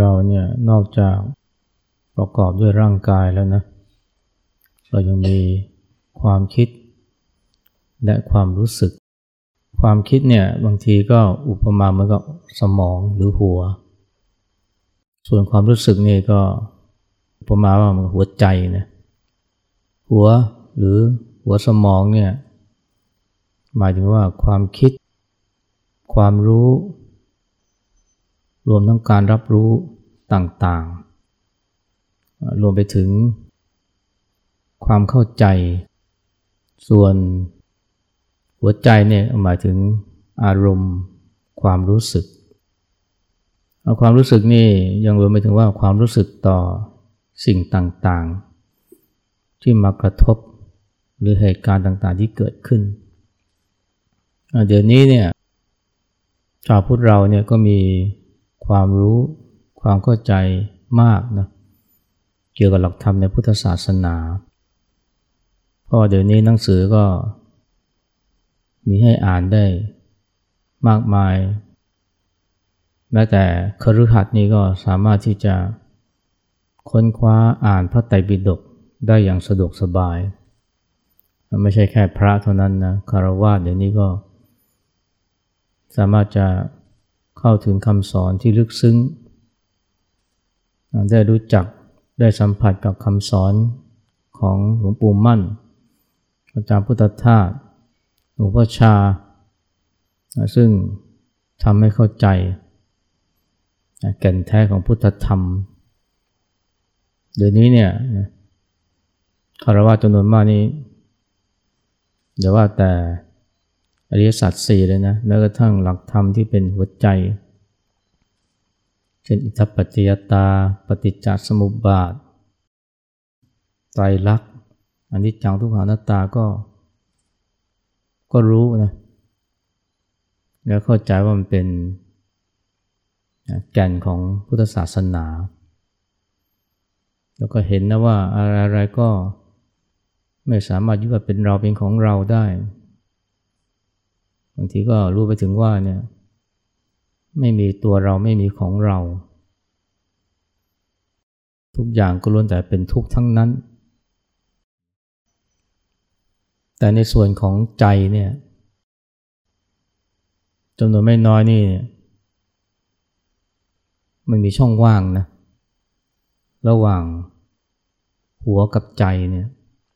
เราเนี่ยนอกจากประกอบด้วยร่างกายแล้วนะเรายังมีความคิดและความรู้สึกความคิดเนี่ยบางทีก็อุปมาเหมือนกับสมองหรือหัวส่วนความรู้สึกนี่ก็อุปมาว่าเหมือนหัวใจนะหัวหรือหัวสมองเนี่ยหมายถึงว่าความคิดความรู้รวมทั้งการรับรู้ต่างๆรวมไปถึงความเข้าใจส่วนหัวใจเนี่ยหมายถึงอารมณ์ความรู้สึกความรู้สึกนี่ยังรวมไปถึงว่าความรู้สึกต่อสิ่งต่างๆที่มากระทบหรือเหตุการณ์ต่างๆที่เกิดขึ้นเดี๋ยวนี้เนี่ยชาวพุทธเราเนี่ยก็มีความรู้ความเข้าใจมากนะเกี่ยวกับหลักธรรมในพุทธศาสนาเพราะเดี๋ยวนี้หนังสือก็มีให้อ่านได้มากมายแม้แต่คฤหัสถ์นี่ก็สามารถที่จะค้นคว้าอ่านพระไตรปิฎกได้อย่างสะดวกสบายไม่ใช่แค่พระเท่านั้นนะฆราวาสเดี๋ยวนี้ก็สามารถจะเข้าถึงคำสอนที่ลึกซึ้งได้รู้จักได้สัมผัสกับคำสอนของหลวงปู่มั่นอาจารย์พุทธทาสหลวงพ่อชาซึ่งทำให้เข้าใจแก่นแท้ของพุทธธรรมเดี๋ยวนี้เนี่ยฆราวาสจำนวนมากนี้เดี๋ยวว่าแต่อริยสัจสี่เลยนะแม้กระทั่งหลักธรรมที่เป็นหัวใจเช่นอิทธิปัจจยตาปฏิจจสมุปบาทไตรลักษณ์อนิจจังทุกขังอนัตตาก็รู้นะแล้วเข้าใจว่ามันเป็นแก่นของพุทธศาสนาแล้วก็เห็นนะว่าอะไรๆก็ไม่สามารถยึดว่าเป็นเราเป็นของเราได้บางทีก็รู้ไปถึงว่าเนี่ยไม่มีตัวเราไม่มีของเราทุกอย่างก็ล้วนแต่เป็นทุกข์ทั้งนั้นแต่ในส่วนของใจเนี่ยจำนวนไม่น้อยนี่มันมีช่องว่างนะระหว่างหัวกับใจเนี่ย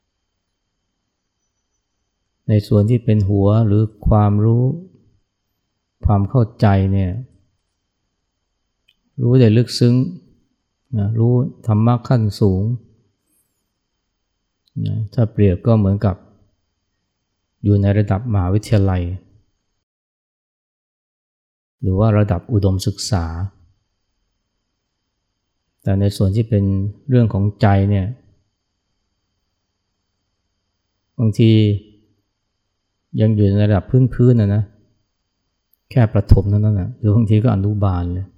ในส่วนที่เป็นหัวหรือความรู้ความเข้าใจเนี่ยรู้ได้ลึกซึ้งนะรู้ธรรมะขั้นสูงนะถ้าเปรียบก็เหมือนกับอยู่ในระดับมหาวิทยาลัยหรือว่าระดับอุดมศึกษาแต่ในส่วนที่เป็นเรื่องของใจเนี่ยบางทียังอยู่ในระดับพื้นๆนะแค่ประถมเท่านั้นนะหรือบางทีก็อนุบาลเลย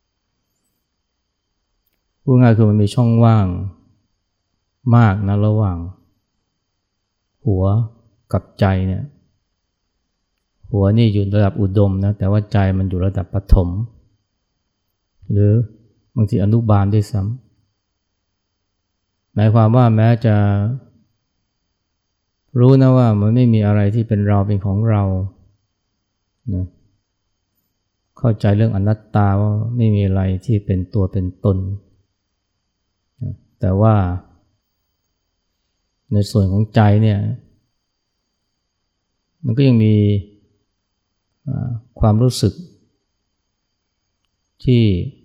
พูดง่ายคือมันมีช่องว่างมากนะระหว่างหัวกับใจเนี่ยหัวนี่อยู่ระดับอุดมนะแต่ว่าใจมันอยู่ระดับประถมหรือบางทีอนุบาลด้วยซ้ำหมายความว่าแม้จะรู้นะว่ามันไม่มีอะไรที่เป็นเราเป็นของเรานะเข้าใจเรื่องอนัตตาว่าไม่มีอะไรที่เป็นตัวเป็นตนนะแต่ว่าในส่วนของใจเนี่ยมันก็ยังมีความรู้สึกที่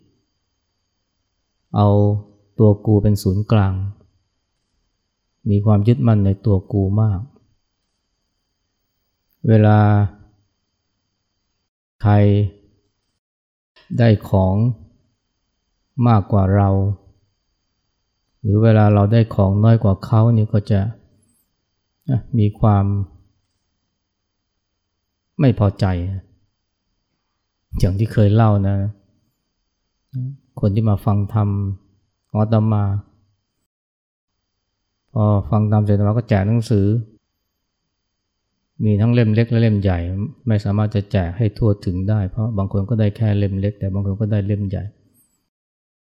เอาตัวกูเป็นศูนย์กลางมีความยึดมั่นในตัวกูมากเวลาใครได้ของมากกว่าเราหรือเวลาเราได้ของน้อยกว่าเขานี่ก็จะมีความไม่พอใจอย่างที่เคยเล่านะคนที่มาฟังธรรมของอาตมาพอฟังธรรมเสร็จอาตมาก็แจกหนังสือมีทั้งเล่มเล็กและเล่มใหญ่ไม่สามารถจะแจกให้ทั่วถึงได้เพราะบางคนก็ได้แค่เล่มเล็กแต่บางคนก็ได้เล่มใหญ่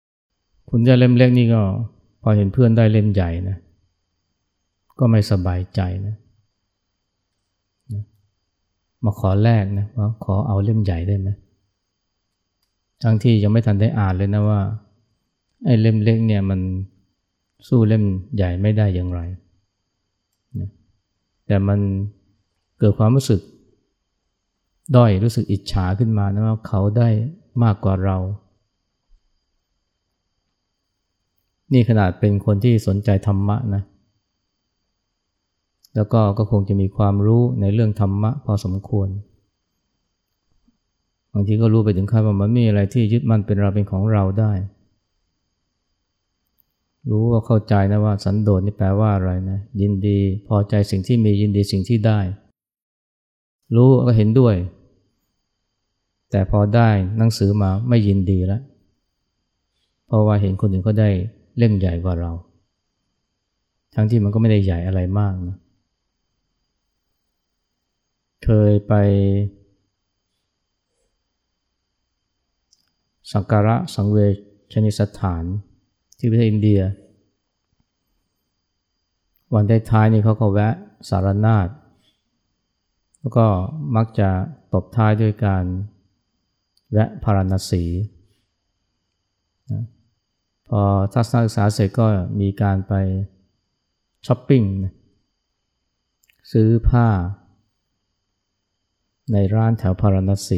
คุณได้เล่มเล็กนี่ก็พอเห็นเพื่อนได้เล่มใหญ่นะก็ไม่สบายใจนะมาขอแลกนะว่าขอเอาเล่มใหญ่ได้ไหมทั้งที่ยังไม่ทันได้อ่านเลยนะว่าไอ้เล่มเล็กเนี่ยมันสู้เล่มใหญ่ไม่ได้อย่างไรนะแต่มันเกิดความรู้สึกด้อยรู้สึกอิจฉาขึ้นมานะว่าเขาได้มากกว่าเรานี่ขนาดเป็นคนที่สนใจธรรมะนะแล้วก็คงจะมีความรู้ในเรื่องธรรมะพอสมควรบางทีก็รู้ไปถึงขั้นว่ามันไม่มีอะไรที่ยึดมั่นเป็นเราเป็นของเราได้รู้ว่าเข้าใจนะว่าสันโดษนี่แปลว่าอะไรนะยินดีพอใจสิ่งที่มียินดีสิ่งที่ได้รู้ก็เห็นด้วยแต่พอได้หนังสือมาไม่ยินดีแล้วเพราะว่าเห็นคนอื่นเขาได้เล่มใหญ่กว่าเราทั้งที่มันก็ไม่ได้ใหญ่อะไรมากนะเคยไปสักการะสังเวชนียสถานที่ประเทศอินเดียวันท้ายๆนี่เขาก็แวะสารนาถแล้วก็มักจะตบท้ายด้วยการแวะพาราณสีนะพอทัศนศึกษาเสร็จก็มีการไปช้อปปิ้งนะซื้อผ้าในร้านแถวพาราณสี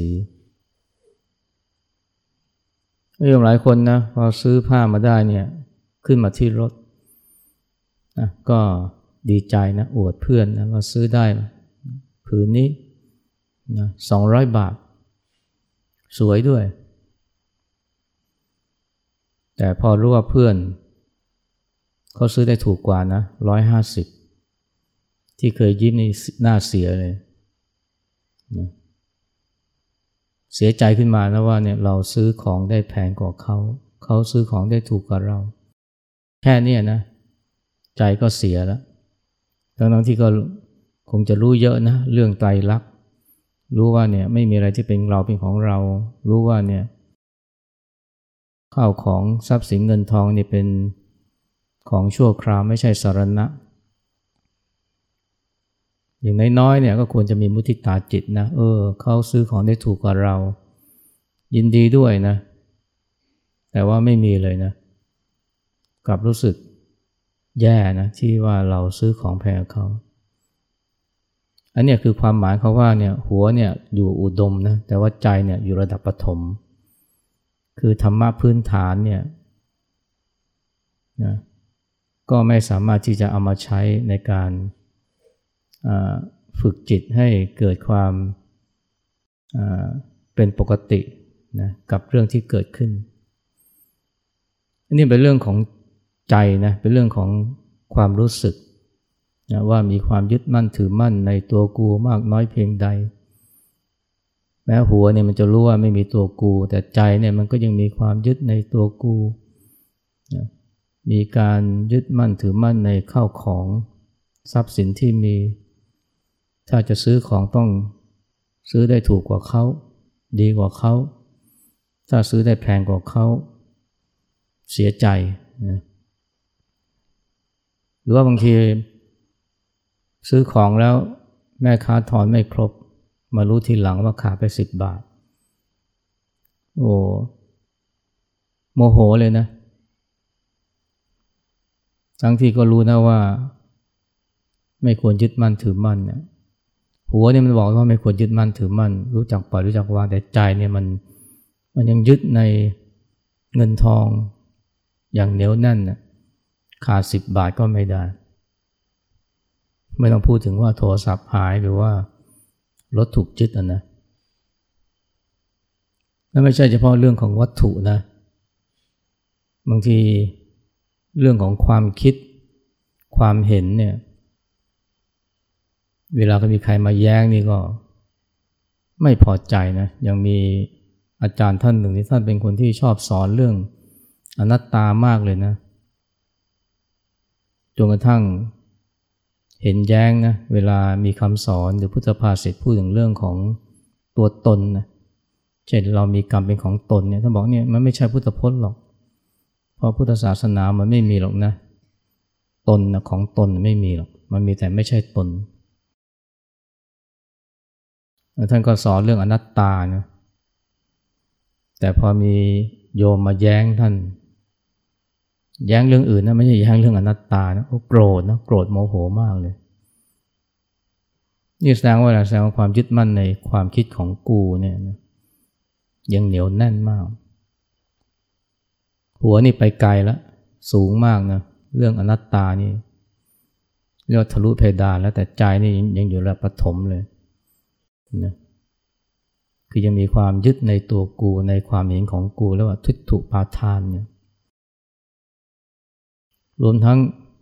หลายคนนะพอซื้อผ้ามาได้เนี่ยขึ้นมาที่รถนะก็ดีใจนะอวดเพื่อนนะว่าซื้อได้ผืนนี้นะ200 บาทสวยด้วยแต่พอรู้ว่าเพื่อนเขาซื้อได้ถูกกว่านะ150ที่เคยยิ้มนี่หน้าเสียเลยนะเสียใจขึ้นมานะว่าเนี่ยเราซื้อของได้แพงกว่าเขาเขาซื้อของได้ถูกกว่าเราแค่นี้นะใจก็เสียแล้วทั้งที่ก็คงจะรู้เยอะนะเรื่องไตรลักษณ์รู้ว่าเนี่ยไม่มีอะไรที่เป็นเราเป็นของเรารู้ว่าเนี่ยข้าวของทรัพย์สินเงินทองนี่เป็นของชั่วคราวไม่ใช่สรณะอย่างน้อยๆเนี่ยก็ควรจะมีมุทิตาจิตนะเขาซื้อของได้ถูกกว่าเรายินดีด้วยนะแต่ว่าไม่มีเลยนะกลับรู้สึกแย่นะที่ว่าเราซื้อของแพงกว่าเขาอันนี้คือความหมายเขาว่าเนี่ยหัวเนี่ยอยู่อุดมนะแต่ว่าใจเนี่ยอยู่ระดับปฐมคือธรรมะพื้นฐานเนี่ยนะก็ไม่สามารถที่จะเอามาใช้ในการฝึกจิตให้เกิดความเป็นปกตินะกับเรื่องที่เกิดขึ้นอันนี้เป็นเรื่องของใจนะเป็นเรื่องของความรู้สึกนะว่ามีความยึดมั่นถือมั่นในตัวกูมากน้อยเพียงใดแม้หัวเนี่ยมันจะรู้ว่าไม่มีตัวกูแต่ใจเนี่ยมันก็ยังมีความยึดในตัวกูนะมีการยึดมั่นถือมั่นในข้าวของทรัพย์สินที่มีถ้าจะซื้อของต้องซื้อได้ถูกกว่าเขาดีกว่าเขาถ้าซื้อได้แพงกว่าเขาเสียใจนะหรือว่าบางทีซื้อของแล้วแม่ค้าทอนไม่ครบมารู้ทีหลังว่าขาดไป10 บาทโอ้โมโหเลยนะทั้งที่ก็รู้นะว่าไม่ควรยึดมั่นถือมั่นเนี่ยหัวเนี่ยมันบอกว่าไม่ควรยึดมั่นถือมั่นรู้จักปล่อยรู้จักวางแต่ใจเนี่ยมันยังยึดในเงินทองอย่างเหนียวแน่นนะขาด10 บาทก็ไม่ได้ไม่ต้องพูดถึงว่าโทรศัพท์หายหรือว่ารถถูกยึดนะและไม่ใช่เฉพาะเรื่องของวัตถุนะบางทีเรื่องของความคิดความเห็นเนี่ยเวลาก็มีใครมาแย้งนี่ก็ไม่พอใจนะยังมีอาจารย์ท่านหนึ่งที่ท่านเป็นคนที่ชอบสอนเรื่องอนัตตามากเลยนะจนกระทั่งเห็นแย้งนะเวลามีคำสอนหรือพุทธภาษิตพูดถึงเรื่องของตัวตนนะเช่นเรามีกรรมเป็นของตนเนี่ยท่านบอกเนี่ยมันไม่ใช่พุทธพจน์หรอกเพราะพุทธศาสนามันไม่มีหรอกนะตนนะของตนไม่มีหรอกมันมีแต่ไม่ใช่ตนท่านก็สอนเรื่องอนัตตานะแต่พอมีโยมมาแย้งท่านแย้งเรื่องอื่นนะไม่ใช่แย้งเรื่องอนัตตานะโกรธนะโกรธโมโหมากเลยนี่แสดงว่าอะไรแสดงว่าความยึดมั่นในความคิดของกูเนี่ยนะยังเหนียวแน่นมากหัวนี่ไปไกลแล้วสูงมากนะเรื่องอนัตตานี่เรียกว่าทะลุเพดานแล้วแต่ใจนี่ยังอยู่ระดับปฐมเลยนะคือยังมีความยึดในตัวกูในความเห็นของกูแล้วว่าทิฏฐุปาทานเนี่ยรวมทั้ง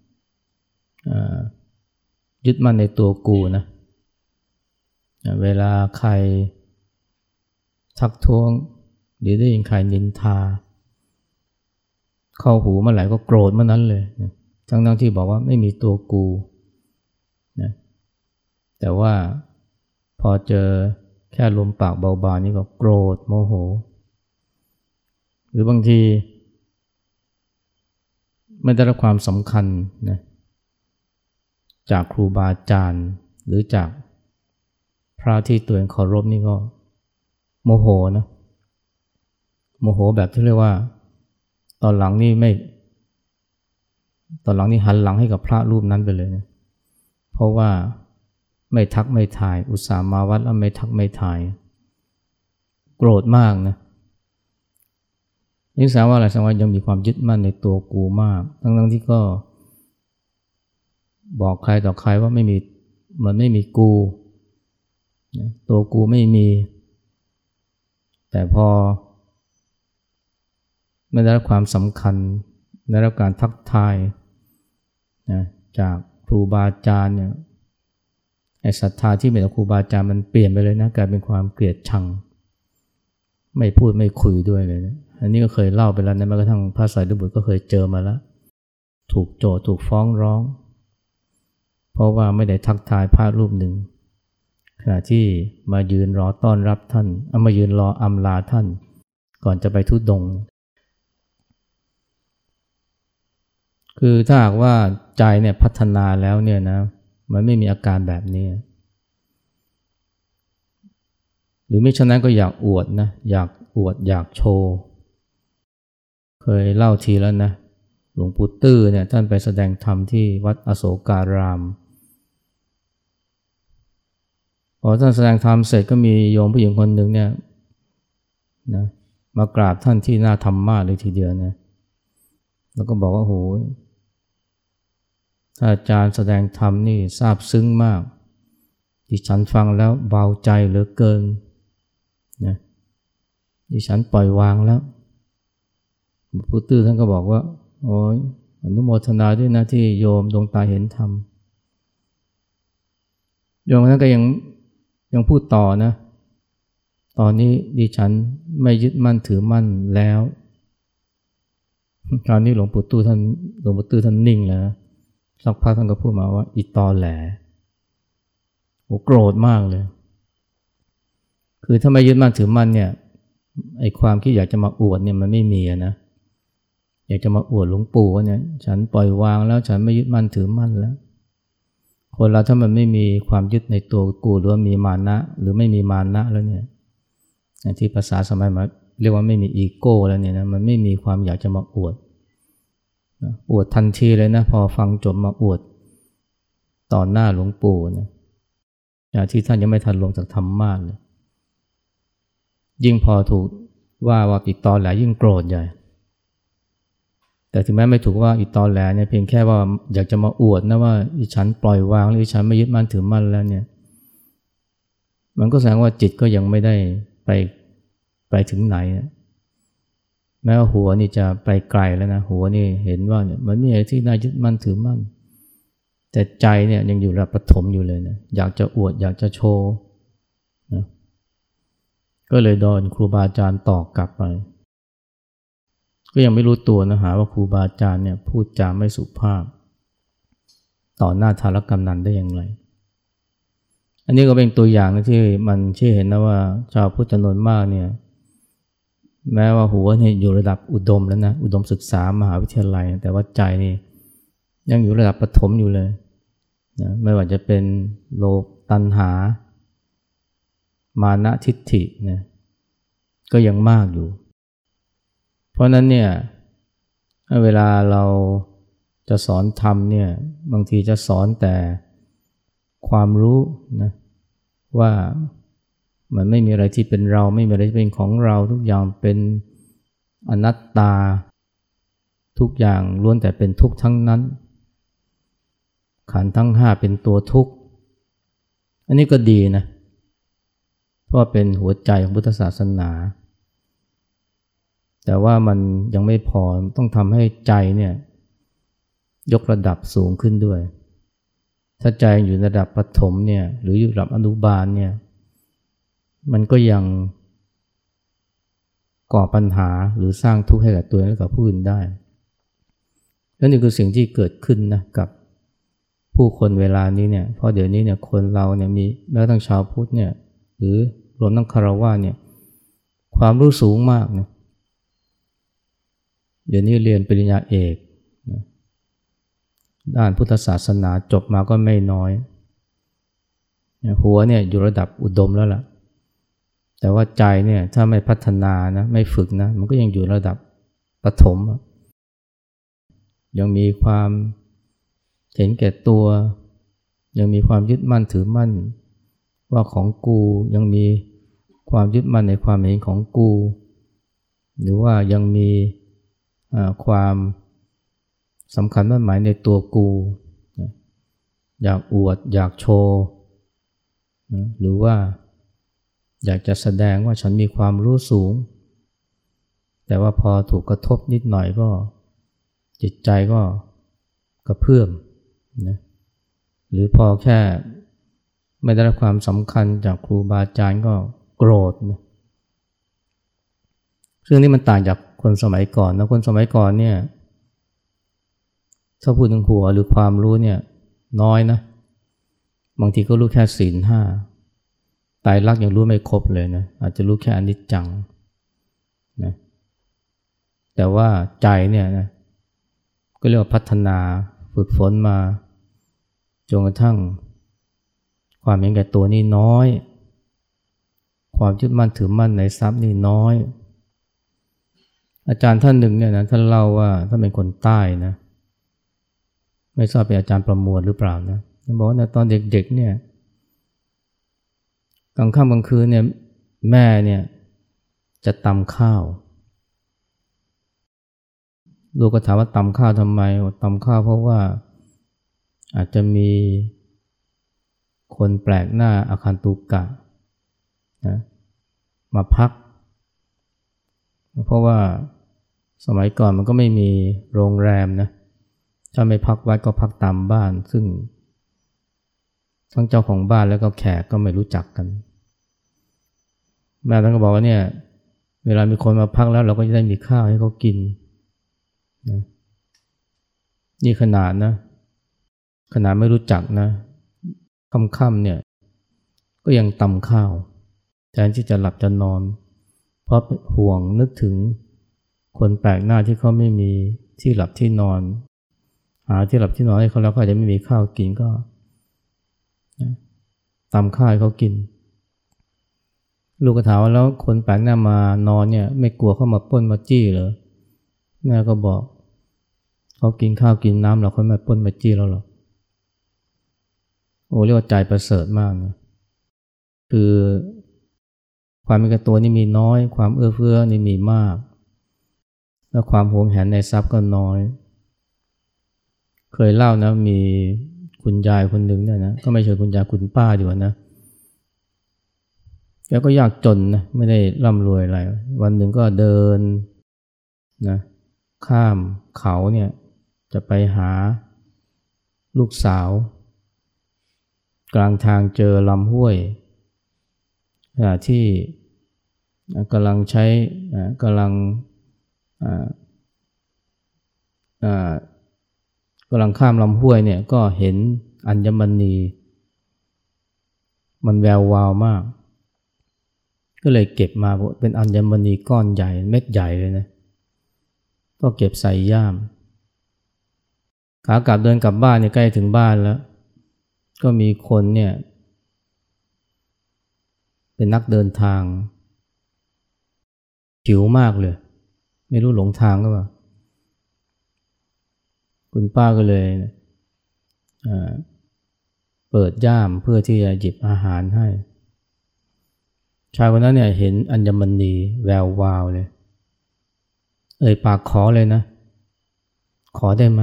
ยึดมั่นในตัวกูนะเวลาใครทักท้วงหรือได้ยินใครนินทาเข้าหูเมื่อไหร่ก็โกรธเมื่อนั้นเลยนะทั้งที่บอกว่าไม่มีตัวกูนะแต่ว่าพอเจอแค่ลมปากเบาๆนี่ก็โกรธโมโหหรือบางทีไม่ได้รับความสำคัญนะจากครูบาอาจารย์หรือจากพระที่ตัวเองเคารพนี่ก็โมโหนะโมโหแบบที่เรียกว่าตอนหลังนี่หันหลังให้กับพระรูปนั้นไปเลยนะเพราะว่าไม่ทักไม่ทายอุตส่าห์มาวัดแล้วไม่ทักไม่ทายโกรธมากนะนี่แสดงว่าอะไรแสดงว่ายังมีความยึดมั่นในตัวกูมากทั้งที่ก็บอกใครต่อใครว่ามันไม่มีกูนะตัวกูไม่มีแต่พอไม่ได้รับความสำคัญได้รับการทักทายนะจากครูบาอาจารย์เนี่ยไอ้ศรัทธาที่มีต่อครูบาอาจารย์มันเปลี่ยนไปเลยนะกลายเป็นความเกลียดชังไม่พูดไม่คุยด้วยเลยนะอันนี้ก็เคยเล่าไปแล้วนะแม้กระทั่งพระสารีบุตรก็เคยเจอมาแล้วถูกโจทย์ถูกฟ้องร้องเพราะว่าไม่ได้ทักทายพระรูปหนึ่งขณะที่มายืนรอต้อนรับท่านมายืนรออำลาท่านก่อนจะไปธุดงค์คือถ้าหากว่าใจเนี่ยพัฒนาแล้วเนี่ยนะมันไม่มีอาการแบบนี้หรือไม่ฉะนั้นก็อยากอวดนะอยากอวดอยากโชว์เคยเล่าทีแล้วนะหลวงปู่ตื้อเนี่ยท่านไปแสดงธรรมที่วัดอโศการามพอท่านแสดงธรรมเสร็จก็มีโยมผู้หญิงคนหนึ่งเนี่ยนะมากราบท่านที่หน้าธรรมะเลยทีเดียวนะแล้วก็บอกว่าโหถ้าอาจารย์แสดงธรรมนี่ซาบซึ้งมากดิฉันฟังแล้วเบาใจเหลือเกินนะดิฉันปล่อยวางแล้วหลวงปู่ตื้อท่านก็บอกว่าโอ้ยอนุโมทนาด้วยนะที่โยมดวงตาเห็นธรรมโยมท่านก็ยังพูดต่อนะตอนนี้ดิฉันไม่ยึดมั่นถือมั่นแล้วคราวนี้หลวงปู่ตื้อท่านนิ่งแล้วสักพักท่านก็พูดมาว่าอีตอแหลโอ้โกรธมากเลยคือถ้าไม่ยึดมั่นถือมั่นเนี่ยไอ้ความคิดอยากจะมาอวดเนี่ยมันไม่มีนะอยากจะมาอวดหลวงปู่ว่าเนี่ยฉันปล่อยวางแล้วฉันไม่ยึดมั่นถือมั่นแล้วคนเราถ้ามันไม่มีความยึดในตัวกูหรือว่ามีมานะหรือไม่มีมานะแล้วเนี่ยที่ภาษาสมัยใหม่เรียกว่าไม่มีอีโก้แล้วเนี่ยนะมันไม่มีความอยากจะมาอวดทันทีเลยนะพอฟังจบมาอวดต่อหน้าหลวงปู่นะที่ท่านยังไม่ทันลงจากธรรมะเลยยิ่งพอถูกว่าอีตอแหลยิ่งโกรธใหญ่แต่ถึงแม้ไม่ถูกว่าอีตอแหลเนี่ยเพียงแค่ว่าอยากจะมาอวดนะว่าอีฉันปล่อยวางหรืออีฉันไม่ยึดมั่นถือมั่นแล้วเนี่ยมันก็แสดงว่าจิตก็ยังไม่ได้ไปถึงไหนแม้ว่าหัวนี่จะไปไกลแล้วนะหัวนี่เห็นว่าเนี่ยมันไม่ใช่ที่น่ายึดมั่นถือมั่นแต่ใจเนี่ยยังอยู่ระดับปฐมอยู่เลยนะอยากจะอวดอยากจะโชว์นะก็เลยโดนครูบาอาจารย์ตอกกลับไปก็ยังไม่รู้ตัวนะหาว่าครูบาอาจารย์เนี่ยพูดจาไม่สุภาพต่อหน้าธารกำนันได้อย่างไรอันนี้ก็เป็นตัวอย่างนะที่มันชี้เห็นนะว่าชาวพุทธจำนวนมากเนี่ยแม้ว่าหัวนี่อยู่ระดับอุดมแล้วนะอุดมศึกษามหาวิทยาลัยแต่ว่าใจนี่ยังอยู่ระดับประถมอยู่เลยนะไม่ว่าจะเป็นโลภตัณหามานะทิฏฐินะก็ยังมากอยู่เพราะนั้นเนี่ยเวลาเราจะสอนธรรมเนี่ยบางทีจะสอนแต่ความรู้นะว่ามันไม่มีอะไรที่เป็นเราไม่มีอะไรที่เป็นของเราทุกอย่างเป็นอนัตตาทุกอย่างล้วนแต่เป็นทุกข์ทั้งนั้นขันธ์ทั้งห้าเป็นตัวทุกข์อันนี้ก็ดีนะเพราะเป็นหัวใจของพุทธศาสนาแต่ว่ามันยังไม่พอต้องทำให้ใจเนี่ยยกระดับสูงขึ้นด้วยถ้าใจอยู่ระดับประถมเนี่ยหรืออยู่ระดับอนุบาลเนี่ยมันก็ยังก่อปัญหาหรือสร้างทุกข์ให้กับตัวเองและกับผู้อื่นได้และนี่คือสิ่งที่เกิดขึ้นนะกับผู้คนเวลานี้เนี่ยเพราะเดี๋ยวนี้เนี่ยคนเราเนี่ยมีแม้กระทั่งชาวพุทธเนี่ยหรือรวมทั้งคฤหัสถ์เนี่ยความรู้สูงมากนะเดี๋ยวนี้เรียนปริญญาเอกนะด้านพุทธศาสนาจบมาก็ไม่น้อยหัวเนี่ยอยู่ระดับอุดมแล้วล่ะแต่ว่าใจเนี่ยถ้าไม่พัฒนานะไม่ฝึกนะมันก็ยังอยู่ระดับประถมยังมีความเห็นแก่ตัวยังมีความยึดมั่นถือมั่นว่าของกูยังมีความยึดมั่นในความเห็นของกูหรือว่ายังมีความสำคัญมั่นหมายในตัวกูอยากอวดอยากโชว์หรือว่าอยากจะแสดงว่าฉันมีความรู้สูงแต่ว่าพอถูกกระทบนิดหน่อยก็จิตใจก็กระเพื่อมนะหรือพอแค่ไม่ได้รับความสำคัญจากครูบาอาจารย์ก็โกรธนะซึ่งนี่มันต่างจากคนสมัยก่อนนะคนสมัยก่อนเนี่ยถ้าพูดถึงหัวหรือความรู้เนี่ยน้อยนะบางทีก็รู้แค่ศีลห้าไตรลักษณ์ยังรู้ไม่ครบเลยนะอาจจะรู้แค่อนิจจังนะแต่ว่าใจเนี่ยนะก็เรียกว่าพัฒนาฝึกฝนมาจนกระทั่งความเห็นแก่ตัวนี่น้อยความยึดมั่นถือมั่นในทรัพย์นี่น้อยอาจารย์ท่านหนึ่งเนี่ยนะท่านเล่าว่าท่านเป็นคนใต้นะไม่ทราบเป็นอาจารย์ประมวลหรือเปล่านะท่านบอกว่าตอนเด็กๆเนี่ยกลางค่ำกลางคืนเนี่ยแม่เนี่ยจะตำข้าวลูกก็ถามว่าตำข้าวทำไมตำข้าวเพราะว่าอาจจะมีคนแปลกหน้าอาคันตุกะนะมาพักเพราะว่าสมัยก่อนมันก็ไม่มีโรงแรมนะถ้าไม่พักวัดก็พักตามบ้านซึ่งทั้งเจ้าของบ้านแล้วก็แขกก็ไม่รู้จักกันแม่ท่านก็บอกว่าเนี่ยเวลามีคนมาพักแล้วเราก็จะได้มีข้าวให้เขากินนะนี่ขนาดไม่รู้จักนะค่ำๆเนี่ยก็ยังตำข้าวแทนที่จะหลับจะนอนเพราะห่วงนึกถึงคนแปลกหน้าที่เขาไม่มีที่หลับที่นอนหาที่หลับที่นอนให้เขาแล้วก็อาจจะไม่มีข้าวกินก็ตำข้าวให้เขากินลูกก็ถามว่าแล้วคนแปลกหน้ามานอนเนี่ยไม่กลัวเข้ามาปล้นมาจี้เหรอแม่ก็บอกเขากินข้าวกินน้ำเราค่อยมาปล้นมาจี้เราหรอกโอ้เรียกว่าใจประเสริฐมากนะคือความมีกระตัวนี่มีน้อยความเอื้อเฟื้อนี่มีมากแล้วความหวงแหนในทรัพย์ก็น้อยเคยเล่านะมีคุณยายคนหนึ่งเนี่ยนะก็ไม่ใช่คุณยายคุณป้าดีกว่านะแกก็ยากจนนะไม่ได้ร่ำรวยอะไรวันหนึ่งก็เดินนะข้ามเขาเนี่ยจะไปหาลูกสาวกลางทางเจอลำห้วยที่กำลังใช้กำลังข้ามลำห้วยเนี่ยก็เห็นอัญมณีมันแวววาวมากก็เลยเก็บมาเป็นอัญมณีก้อนใหญ่เม็ดใหญ่เลยนะก็เก็บใส่ย่ามขากลับเดินกลับบ้านเนี่ยใกล้ถึงบ้านแล้วก็มีคนเนี่ยเป็นนักเดินทางหิวมากเลยไม่รู้หลงทางหรือเปล่าคุณป้าก็เลยเปิดย่ามเพื่อที่จะหยิบอาหารให้ชายคนนั้นเนี่ยเห็นอัญมณีแวววาวเลยปากขอเลยนะขอได้ไหม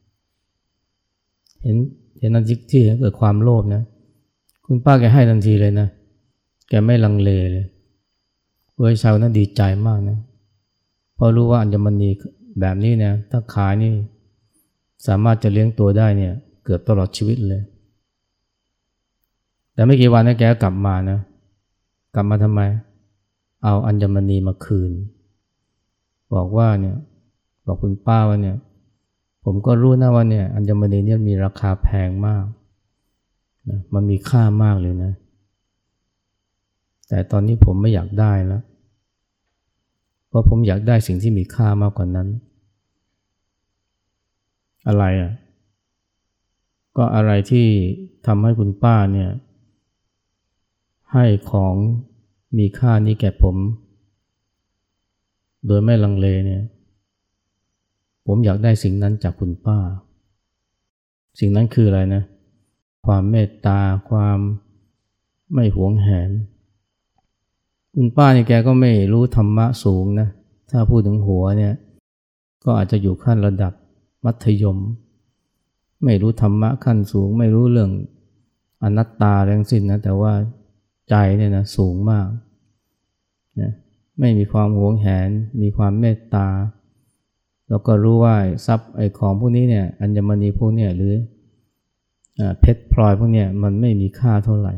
เห็นนั้นที่เกิดความโลภนะคุณป้าแกให้ทันทีเลยนะแกไม่ลังเลเลยชายคนนั้นดีใจมากนะเพราะรู้ว่าอัญมณีแบบนี้เนี่ยถ้าขายนี่สามารถจะเลี้ยงตัวได้เนี่ยเกือบตลอดชีวิตเลยแต่ไม่กี่วันนะแกกลับมานะกลับมาทำไมเอาอัญมณีมาคืนบอกคุณป้าว่าเนี่ยผมก็รู้นะว่าเนี่ยอัญมณีเนี่ยมีราคาแพงมากนะมันมีค่ามากเลยนะแต่ตอนนี้ผมไม่อยากได้แล้วเพราะผมอยากได้สิ่งที่มีค่ามากกว่านั้นอะไรก็อะไรที่ทำให้คุณป้าเนี่ยให้ของมีค่านี้แก่ผมโดยไม่ลังเลเนี่ยผมอยากได้สิ่งนั้นจากคุณป้าสิ่งนั้นคืออะไรนะความเมตตาความไม่หวงแหนคุณป้าเนี่ยแกก็ไม่รู้ธรรมะสูงนะถ้าพูดถึงหัวเนี่ยก็อาจจะอยู่ขั้นระดับมัธยมไม่รู้ธรรมะขั้นสูงไม่รู้เรื่องอนัตตาทั้งสิ้นนะแต่ว่าใจเนี่ยนะสูงมากนะไม่มีความหวงแหนมีความเมตตาแล้วก็รู้ว่าทรัพย์ของพวกนี้เนี่ยอัญมณีพวกเนี่ยหรือเพชรพลอยพวกเนี่ยมันไม่มีค่าเท่าไหร่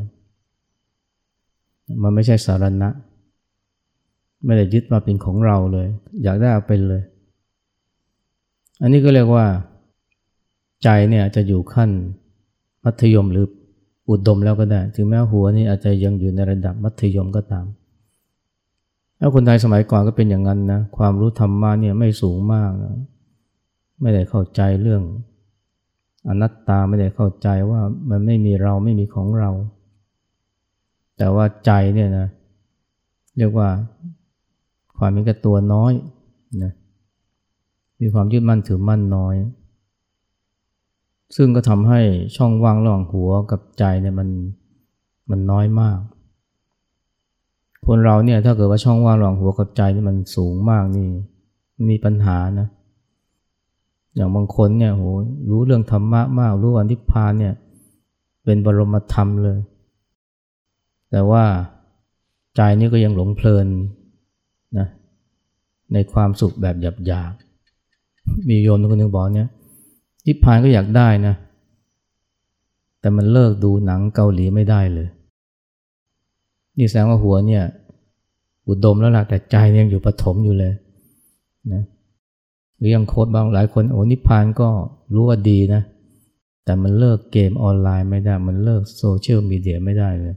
มันไม่ใช่สารณะไม่ได้ยึดมาเป็นของเราเลยอยากได้เอาเป็นเลยอันนี้ก็เรียกว่าใจเนี่ยจะอยู่ขั้นมัธยมหรืออุดมแล้วก็ได้ถึงแม้หัวนี่อาจจะยังอยู่ในระดับมัธยมก็ตามแล้วคนไทยสมัยก่อนก็เป็นอย่างนั้นนะความรู้ธรรมะเนี่ยไม่สูงมากนะไม่ได้เข้าใจเรื่องอนัตตาไม่ได้เข้าใจว่ามันไม่มีเราไม่มีของเราแต่ว่าใจเนี่ยนะเรียกว่าความมีแก่ตัวน้อยนะมีความยึดมั่นถือมั่นน้อยซึ่งก็ทำให้ช่องว่างระหว่างหัวกับใจเนี่ยมันน้อยมากคนเราเนี่ยถ้าเกิดว่าช่องว่างระหว่างหัวกับใจนี่มันสูงมากนี่มีปัญหานะอย่างบางคนเนี่ยโหรู้เรื่องธรรมะมากรู้อนิพพานเนี่ยเป็นบรมธรรมเลยแต่ว่าใจนี่ก็ยังหลงเพลินนะในความสุขแบบหยาบๆมีโยมคนหนึ่งบอกเนี่ยนิพพานก็อยากได้นะแต่มันเลิกดูหนังเกาหลีไม่ได้เลยนี่แสดงว่าหัวเนี่ยอุดมแล้วล่ะแต่ใจยังอยู่ปฐมอยู่เลยนะหรือยังโค้ดบางหลายคนโอ้นิพพานก็รู้ว่าดีนะแต่มันเลิกเกมออนไลน์ไม่ได้มันเลิกโซเชียลมีเดียไม่ได้เลย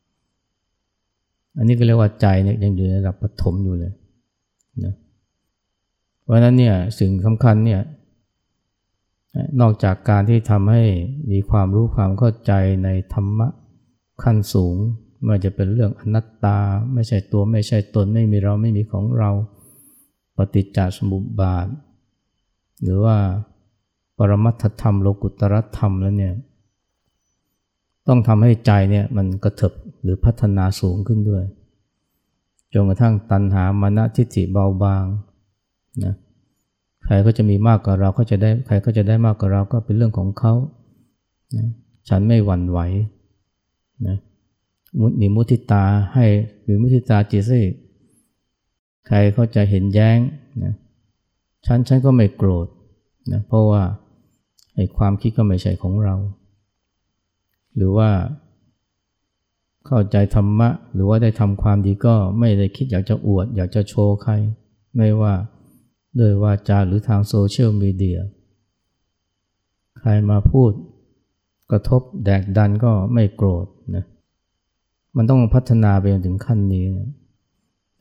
อันนี้ก็เรียกว่าใจเนี่ยยังอยู่ในระดับปฐมอยู่เลยนะเพราะฉะนั้นเนี่ยสิ่งสำคัญเนี่ยนอกจากการที่ทำให้มีความรู้ความเข้าใจในธรรมะขั้นสูงไม่ว่าจะเป็นเรื่องอนัตตาไม่ใช่ตัวไม่ใช่ตนไม่มีเราไม่มีของเราปฏิจจสมุปบาทหรือว่าปรมัตถธรรมโลกุตตรธรรมแล้วเนี่ยต้องทำให้ใจเนี่ยมันกระเถิบหรือพัฒนาสูงขึ้นด้วยจนกระทั่งตัณหามานะทิฏฐิเบาบางนะใครก็จะมีมากกว่าเราก็จะได้ใครก็จะได้มากกว่าเราก็เป็นเรื่องของเขานะฉันไม่หวั่นไหวนะมีมุทิตาให้มีมุทิตาจิตสิใครเขาจะเห็นแย้งนะฉันก็ไม่โกรธนะเพราะว่าไอ้ความคิดก็ไม่ใช่ของเราหรือว่าเข้าใจธรรมะหรือว่าได้ทำความดีก็ไม่ได้คิดอยากจะอวดอยากจะโชว์ใครไม่ว่าด้วยวาจาหรือทางโซเชียลมีเดียใครมาพูดกระทบแดกดันก็ไม่โกรธนะมันต้องพัฒนาไปจนถึงขั้นนี้นะ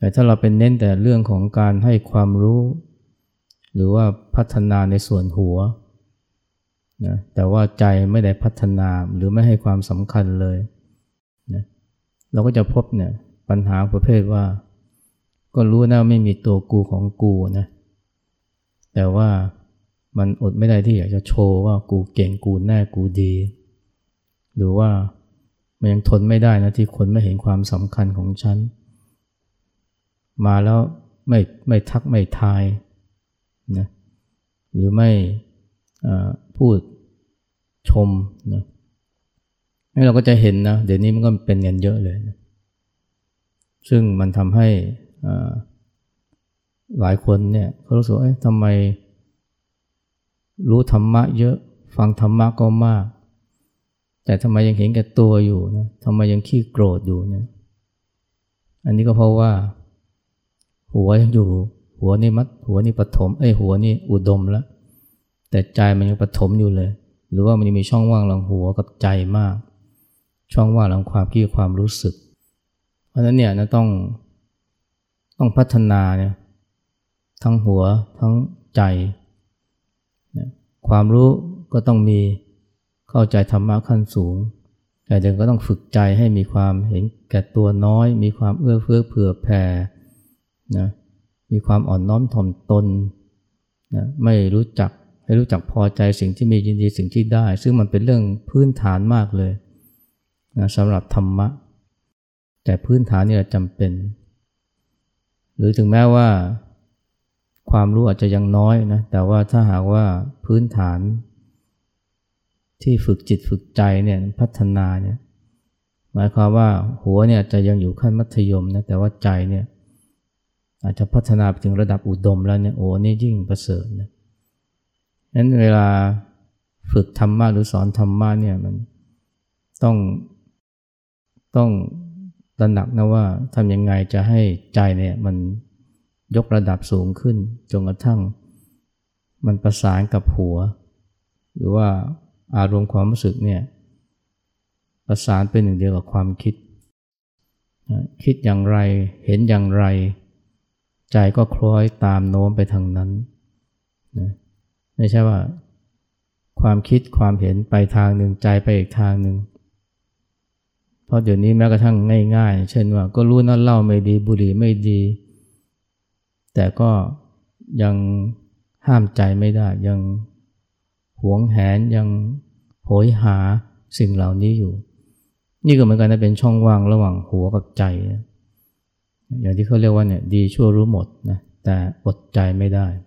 แต่ถ้าเราเป็นเน้นแต่เรื่องของการให้ความรู้หรือว่าพัฒนาในส่วนหัวนะแต่ว่าใจไม่ได้พัฒนาหรือไม่ให้ความสำคัญเลยนะเราก็จะพบเนี่ยปัญหาประเภทว่าก็รู้นะไม่มีตัวกูของกูนะแต่ว่ามันอดไม่ได้ที่อยากจะโชว์ว่ากูเก่งกูแน่กูดีหรือว่ามันยังทนไม่ได้นะที่คนไม่เห็นความสำคัญของฉันมาแล้วไม่ทักไม่ทายนะหรือไม่พูดชมนะนี่เราก็จะเห็นนะเดี๋ยวนี้มันก็เป็นกันเยอะเลยนะซึ่งมันทำให้หลายคนเนี่ยเขารู้สึกว่าทำไมรู้ธรรมะเยอะฟังธรรมะก็มากแต่ทำไมยังเห็นแก่ตัวอยู่นะทำไมยังขี้โกรธอยู่เนี่ยอันนี้ก็เพราะว่าหัวยังอยู่หัวนี่ปฐมหัวนี่อุดมแล้วแต่ใจมันยังปฐมอยู่เลยหรือว่ามันยังมีช่องว่างระหว่างหัวกับใจมากช่องว่างระหว่างความคิดความรู้สึกเพราะฉะนั้นเนี่ยนะต้องพัฒนาเนี่ยทั้งหัวทั้งใจนะความรู้ก็ต้องมีเข้าใจธรรมะขั้นสูงแต่เดิมก็ต้องฝึกใจให้มีความเห็นแก่ตัวน้อยมีความเอื้อเฟื้อเผื่อแผ่นะมีความอ่อนน้อมถ่อมตนนะให้รู้จักพอใจสิ่งที่มียินดีสิ่งที่ได้ซึ่งมันเป็นเรื่องพื้นฐานมากเลยนะสำหรับธรรมะแต่พื้นฐานนี่แหละจำเป็นหรือถึงแม้ว่าความรู้อาจจะยังน้อยนะแต่ว่าถ้าหากว่าพื้นฐานที่ฝึกจิตฝึกใจเนี่ยพัฒนาเนี่ยหมายความว่าหัวเนี่ยจะยังอยู่ขั้นมัธยมนะแต่ว่าใจเนี่ยอาจจะพัฒนาไปถึงระดับอุดมแล้วเนี่ยโอ้นี่ยิ่งประเสริฐนะงั้นเวลาฝึกธรรมะหรือสอนธรรมะเนี่ยมันต้องตระหนักนะว่าทำยังไงจะให้ใจเนี่ยมันยกระดับสูงขึ้นจนกระทั่งมันประสานกับหัวหรือว่าอารมณ์ความรู้สึกเนี่ยประสานเป็นหนึ่งเดียวกับความคิดอย่างไรเห็นอย่างไรใจก็คล้อยตามโน้มไปทางนั้นนะไม่ใช่ว่าความคิดความเห็นไปทางหนึ่งใจไปอีกทางหนึ่งเพราะเดี๋ยวนี้แม้กระทั่งง่ายๆเช่นว่าก็รู้นะเหล้าไม่ดีบุหรี่ไม่ดีแต่ก็ยังห้ามใจไม่ได้ยังหวงแหนยังโหยหาสิ่งเหล่านี้อยู่นี่ก็เหมือนกันนะเป็นช่องว่างระหว่างหัวกับใจนะอย่างที่เขาเรียกว่าเนี่ยดีชั่วรู้หมดนะแต่อดใจไม่ได้